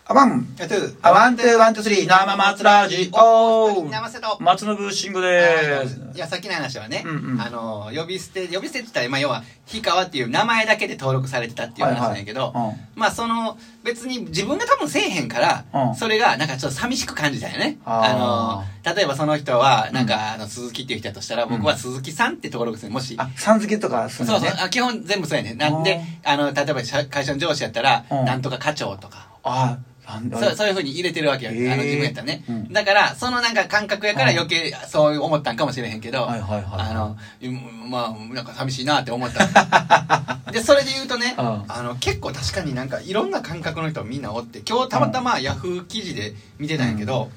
アワン、アワン、ツー、ワン、ツー、スリー、生松ラジオ。 生瀬と松信慎吾でーす。 いや、さっきの話はね、呼び捨てって言ったら、まあ、要は、氷川っていう名前だけで登録されてたっていう話なんやけど、まあ、別に自分が多分せえへんから、それが、なんかちょっと寂しく感じたよね。例えばその人は、なんか、鈴木っていう人だとしたら、僕は鈴木さんって登録する。もし。 さん付けとかするね。そう、基本全部そうやね。なんで、例えば会社の上司やったら、なんとか課長とか。そういう風に入れてるわけよ。自分やったらね。だから、そのなんか感覚やから余計そう思ったんかもしれへんけど、まあ、なんか寂しいなって思った。で、それで言うとね、結構確かになんかいろんな感覚の人みんなおって、今日たまたまヤフー記事で見てたんやけど、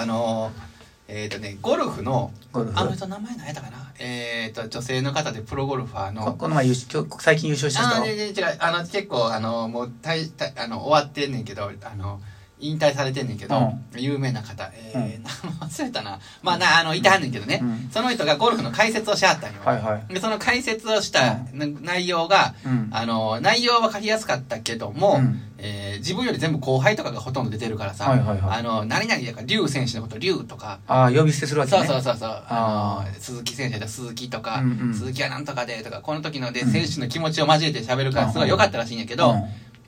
ゴルフの、あの人名前何やったかな、女性の方でプロゴルファーの。 この前最近優勝した人。 違う、結構、もう、終わってんねんけど、引退されてんねんけど、有名な方、名前忘れたな。まあ、いてはんねんけどね、その人がゴルフの解説をしはったんよ。で、その解説をした内容が、内容は分かりやすかったけども、自分より全部後輩とかがほとんど出てるからさ、何々やから、竜選手のこと竜とか、 呼び捨てするわけね。 そう。鈴木選手だったら鈴木とか、鈴木はなんとかでとか、この時ので選手の気持ちを交えて喋るからすごい良かったらしいんやけど、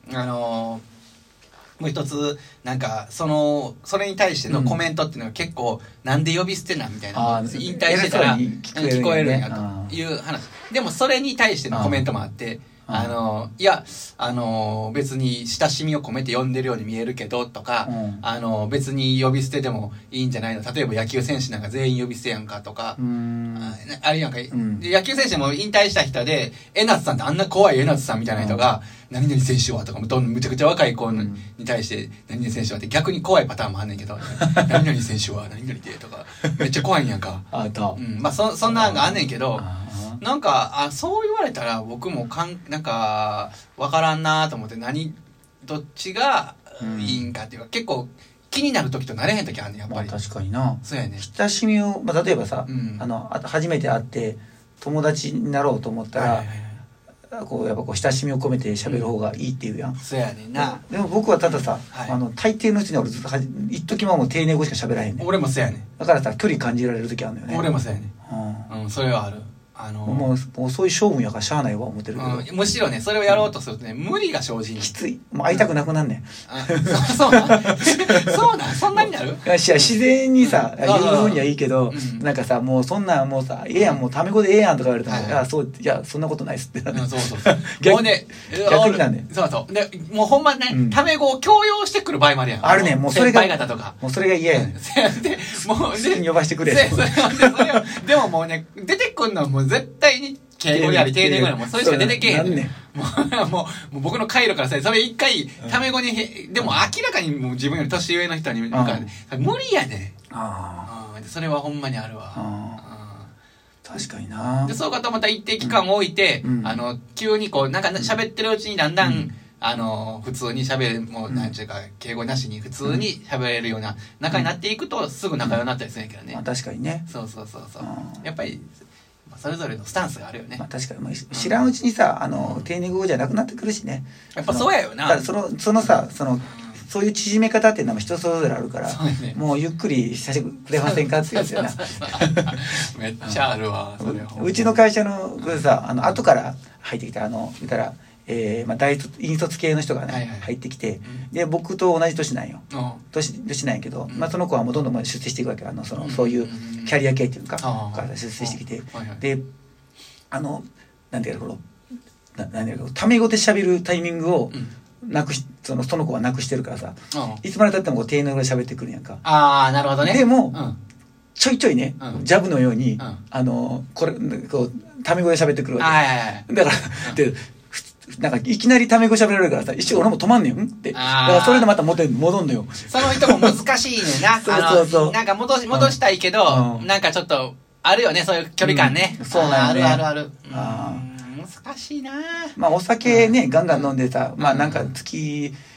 もう一つ、なんか、それに対してのコメントっていうのが結構、なんで呼び捨てなんみたいな。引退してたら聞こえるんやという話。でもそれに対してのコメントもあって、いや、別に親しみを込めて呼んでるように見えるけど、とか、別に呼び捨てでもいいんじゃないの。例えば野球選手なんか全員呼び捨てやんか、とか、あれやんか、野球選手も引退した人で、江夏さんってあんな怖い江夏さんみたいな人が、何々選手はとか、むちゃくちゃ若い子に対して、何々選手はって逆に怖いパターンもあんねんけど、何々選手は何々で、とか、めっちゃ怖いんやんか。まあ、そんなのがあんねんけど、なんか、そう言われたら僕もなんか、わからんなと思って、どっちがいいんかっていうか、結構気になる時となれへん時あんねん、やっぱり。 確かにな。 そうやね。 親しみを、例えばさ、初めて会って友達になろうと思ったら、やっぱ親しみを込めて喋る方がいいっていうやん。 そうやねんな。 でも僕はたださ、大抵の人に俺ずっと一時も丁寧語しか喋らへんねん。 俺もそうやねん。 だからさ、距離感じられる時あるのよね。 俺もそうやねん。それはある。 もうそういう勝負やからしゃあないわ思ってるけど、 むしろねそれをやろうとするとね、無理が生じん。 きつい。もう会いたくなくなんねん。 そうなんそんなになる？ いや自然にさ言う分にはいいけど、なんかさもうそんなんもうさええやん、もうタメ語でええやんとか言われても、いやそんなことないっすってな。 そうもうね逆になんねん。 そうでもうほんまね、タメ語を強要してくる場合もあるやん。 あるねん。もうそれがもうそれが嫌やねん。 でもう好きに呼ばしてくれ。 でももうね出てくんのはもう絶対に敬語やり丁寧語やもうそれしか出てけへんねん。もう僕の回路からさそれ一回タメ語にでも明らかにもう自分より年上の人に無理やねん。それはほんまにあるわ。 確かにな。 でそうかとまた一定期間置いて、急にこうなんか喋ってるうちにだんだん、普通に喋る、もうなんていうか敬語なしに普通に喋れるような仲になっていくとすぐ仲良くなったりするんやけどね。 確かにね。 そうやっぱりそれぞれのスタンスがあるよね。 確かに知らんうちにさ丁寧語じゃなくなってくるしね。 やっぱそうやよな。 そういう縮め方っていうのは人それぞれあるから、もうゆっくりしてくれませんかってやつやな。 めっちゃあるわそれ。 うちの会社のさ後から入ってきた見たら引率系の人がね入ってきて、で僕と同じ年なんよ。年なんやけど、その子はもうどんどん出世していくわけ。そういうキャリア系っていうかから出世してきて、でなんていうかタメ語で喋るタイミングをその子はなくしてるからさ、いつまでたっても丁寧語で喋ってくるやんか。 なるほどね。 でもちょいちょいねジャブのようにこうタメ語で喋ってくるわけ。だからでなんかいきなりタメ語喋られるからさ、一瞬俺も止まんねんって。だからそれでまた戻んのよ。 その人も難しいねんな。そうなんか戻したいけど、なんかちょっとあるよね、そういう距離感ね。 そうなんやね。ある。難しいな。 お酒ねガンガン飲んでさ、なんか月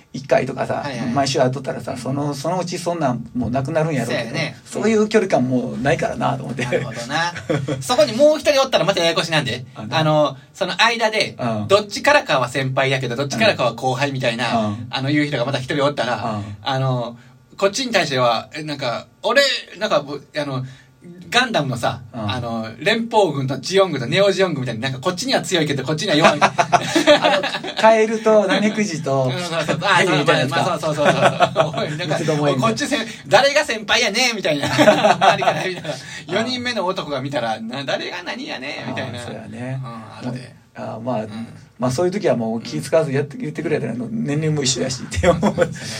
1回とかさ、毎週会っとったらさ、そのうちそんなんもうなくなるんやろうけど、そういう距離感もうないからなと思って。 なるほどな。そこにもう一人おったらまたややこしなんで、その間で、どっちからかは先輩やけど、どっちからかは後輩みたいな、いう人がまた一人おったら、こっちに対しては、俺、ガンダムのさ、連邦軍とジオン軍とネオジオン軍みたいにこっちには強いけどこっちには弱い。 カエルとナメクジとヘビみたいなやつか。 そう。こっち誰が先輩やねみたいな。周りから見たら、4人目の男が見たら、誰が何やねみたいな。 そうやね。 後で。 まあそういう時はもう気使わず言ってくれたら年齢も一緒やしって思う。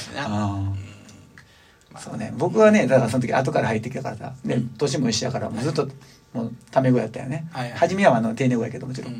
そうね、僕はねだからその時後から入ってきたからさ、ね、年も一緒やからもうずっともうタメ語やったよね。初めは丁寧語やけどもちろん。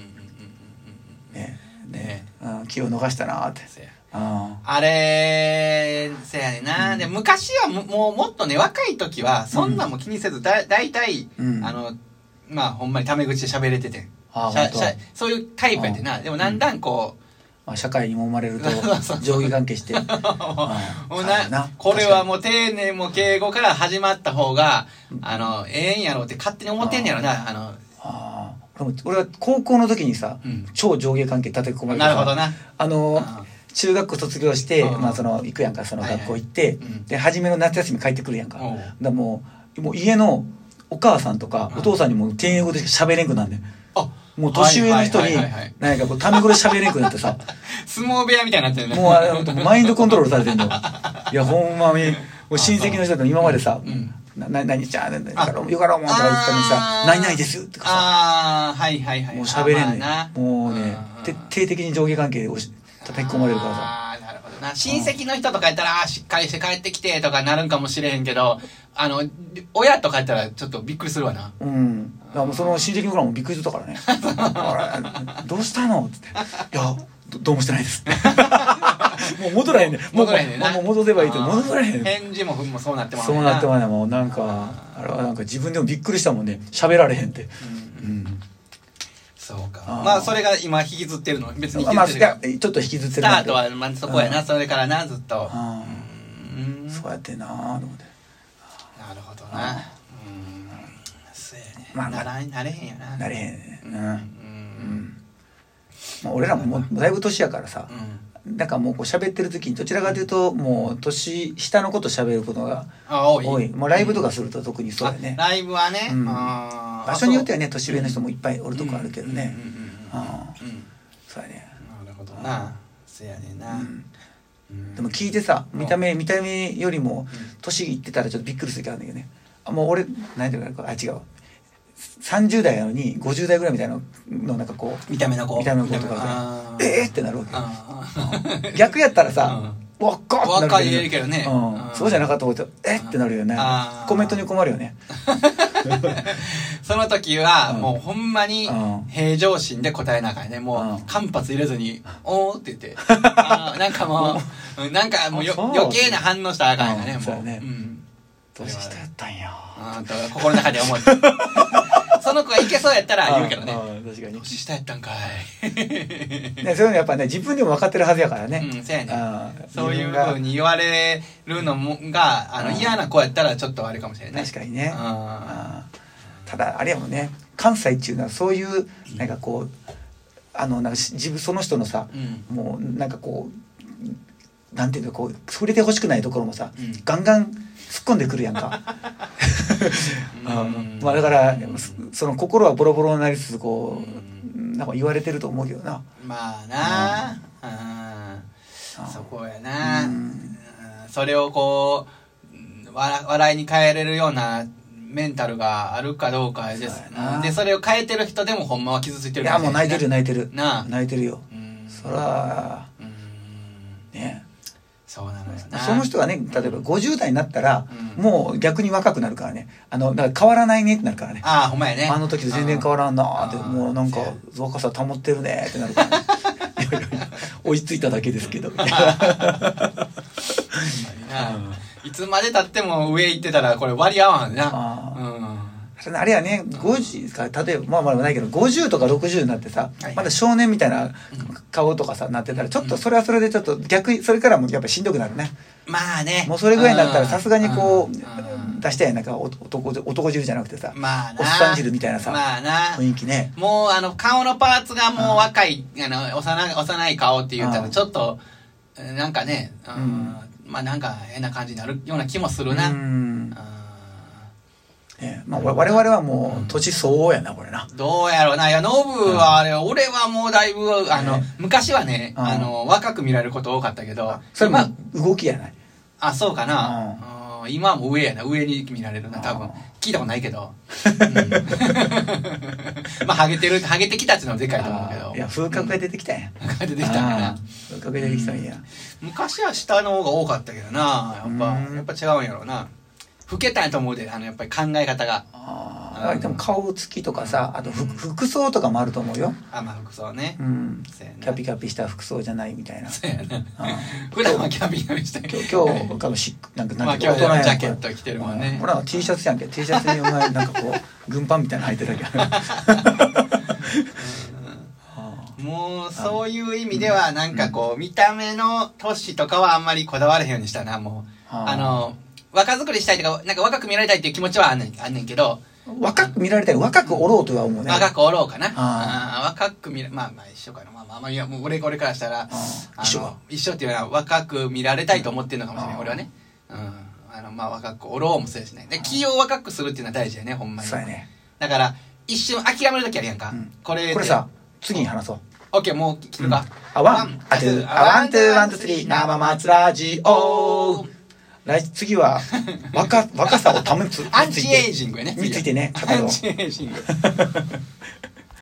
気を逃したなって。 あれせやねんな。で昔はもっとね若い時はそんなんも気にせずだいたいほんまにタメ口で喋れてて、そういうタイプやってな。でもだんだんこう。 社会に揉まれると上下関係してこれはもう丁寧も敬語から始まった方がええんやろうって勝手に思ってんねやろな。 俺は高校の時にさ、超上下関係立て込まれてさ、 なるほどな。 中学校卒業して行くやんか、その学校行ってで初めの夏休み帰ってくるやんか。だもう家のお母さんとかお父さんにも丁寧語でしか喋れんくなんねん。もう年上の人に何かこうタメ語で喋れんくなってさ、 相撲部屋みたいになってるね。 もうマインドコントロールされてんの。いやほんまに親戚の人と今までさ、何ちゃんよからもんとか言ったのにさ、何々ですとかさ、もう喋れんねん。もうね徹底的に上下関係を叩き込まれるからさ。 親戚の人とかやったらしっかりして帰ってきてとかなるんかもしれへんけど、親とかやったらちょっとびっくりするわな。 その親戚の子らもびっくりするからね。どうしたのって言って、いやどうもしてないですもう戻らへんね。もう戻せばいいと戻らへん。 返事もそうなってますね。そうなってますね。もうあれは自分でもびっくりしたもんね。喋られへんって。 そうか。それが今引きずってるの。別に引きずってる。ちょっと引きずってる。 スタートはそこやな。それからなずっと。 そうやってなと思って。 なるほどな。そうやね。なれへんやな。 なれへんね。俺らももうだいぶ年やからさ、もう喋ってる時にどちらかというともう年下のこと喋ることが多い。もうライブとかすると特にそうやね。 ライブはね。 場所によってはね年上の人もいっぱいおるとこあるけどね。そうやね。 なるほどな。そうやねんな。 でも聞いてさ、見た目よりも年いってたらちょっとびっくりする時あるんだけどね。もう俺何ていうか違う。30代なのに50代ぐらいみたいなのこう見た目の子とかってなるわけ。逆やったらさ、 若いけどね。 そうじゃなかったことってなるよね。コメントに困るよね。 その時はもうほんまに平常心で答えながらね、もう間髪入れずにおーって言って、もう余計な反応したらあかんよね。もう年下やったんや心の中で思う。その子がいけそうやったら言うけどね。 確かに年下やったんかい。 そういうのやっぱね自分でも分かってるはずやからね。 そうやね。そういう風に言われるのが嫌な子やったらちょっとあれかもしれない。 確かにね。ただあれやもんね、関西っていうのはそういうこう自分その人のさ、もうこうなんていうかこう触れてほしくないところもさ、ガンガン突っ込んでくるやんか。だからその心はボロボロになりつつこう言われてると思うけどな。 そこやな。それをこう笑いに変えれるようなメンタルがあるかどうかです。でそれを変えてる人でもほんまは傷ついてる。 いやもう泣いてる泣いてるよ。そらね。 そうなのよな。 その人がね例えば50代になったら、もう逆に若くなるからね。だから変わらないねってなるからね。 ほんまやね。 あの時と全然変わらんなって、もう若さ保ってるねってなるからね。追いついただけですけど。 いつまで経っても上行ってたらこれ割り合わんな。 あれやね、50か、例えば、まあないけど、50とか60になってさ、まだ少年みたいな顔とかさ、なってたら、ちょっとそれはそれでちょっと逆に、それからもやっぱりしんどくなるね。 まあね。 もうそれぐらいになったら、さすがにこう、出したやん、なんか男汁じゃなくてさ、 まあな。 おっさん汁みたいなさ、 まあな。 雰囲気ね。 もう顔のパーツがもう若い、幼い顔って言ったら、ちょっと、なんかね、まあなんか変な感じになるような気もするな。 まあ、我々はもう年相応やな、これな。 どうやろうな。いや、ノブはあれ、俺はもうだいぶ、昔はね、若く見られること多かったけど。 それも動きやない。 あ、そうかな。今はもう上やな。上に見られるな、多分。聞いたことないけど。まあ、ハゲてきたっていうのはでかいと思うけど。 いや、風格が出てきたんや。 出てきたんやな。 風格が出てきたんや。 昔は下の方が多かったけどな。やっぱ違うんやろうな。老けたんやと思うで、やっぱり考え方が。 でも顔つきとかさ、あと服装とかもあると思うよ。 まあ服装ね。 キャピキャピした服装じゃないみたいな。 そうやな。普段はキャピキャピしたけど。 今日かもなんかまあ今日はジャケット着てるもんね。 ほら T シャツやんけ。T シャツにお前なんかこう軍パンみたいなの履いてたけど。 もうそういう意味ではなんかこう見た目の年とかはあんまりこだわれへんようにしたな。もう若作りしたいとか、なんか若く見られたいっていう気持ちはあんねんけど。 若く見られたい、若くおろうとは思うね。 若くおろうかな。若くまあ一緒かな。まあいや、もう俺からしたら、一緒っていうのは若く見られたいと思ってるのかもしれない、俺はね。まあ若くおろうもそうですね。で、気を若くするっていうのは大事だよね、ほんまに。 そうやね。 だから、一瞬諦めるときあるやんか。これさ、次に話そう。 オッケー、もう聞くか。 ワン、ツー、スリー、生松ラジオ。次は若さを保つアンチエイジングやね。 についてね。 アンチエイジング。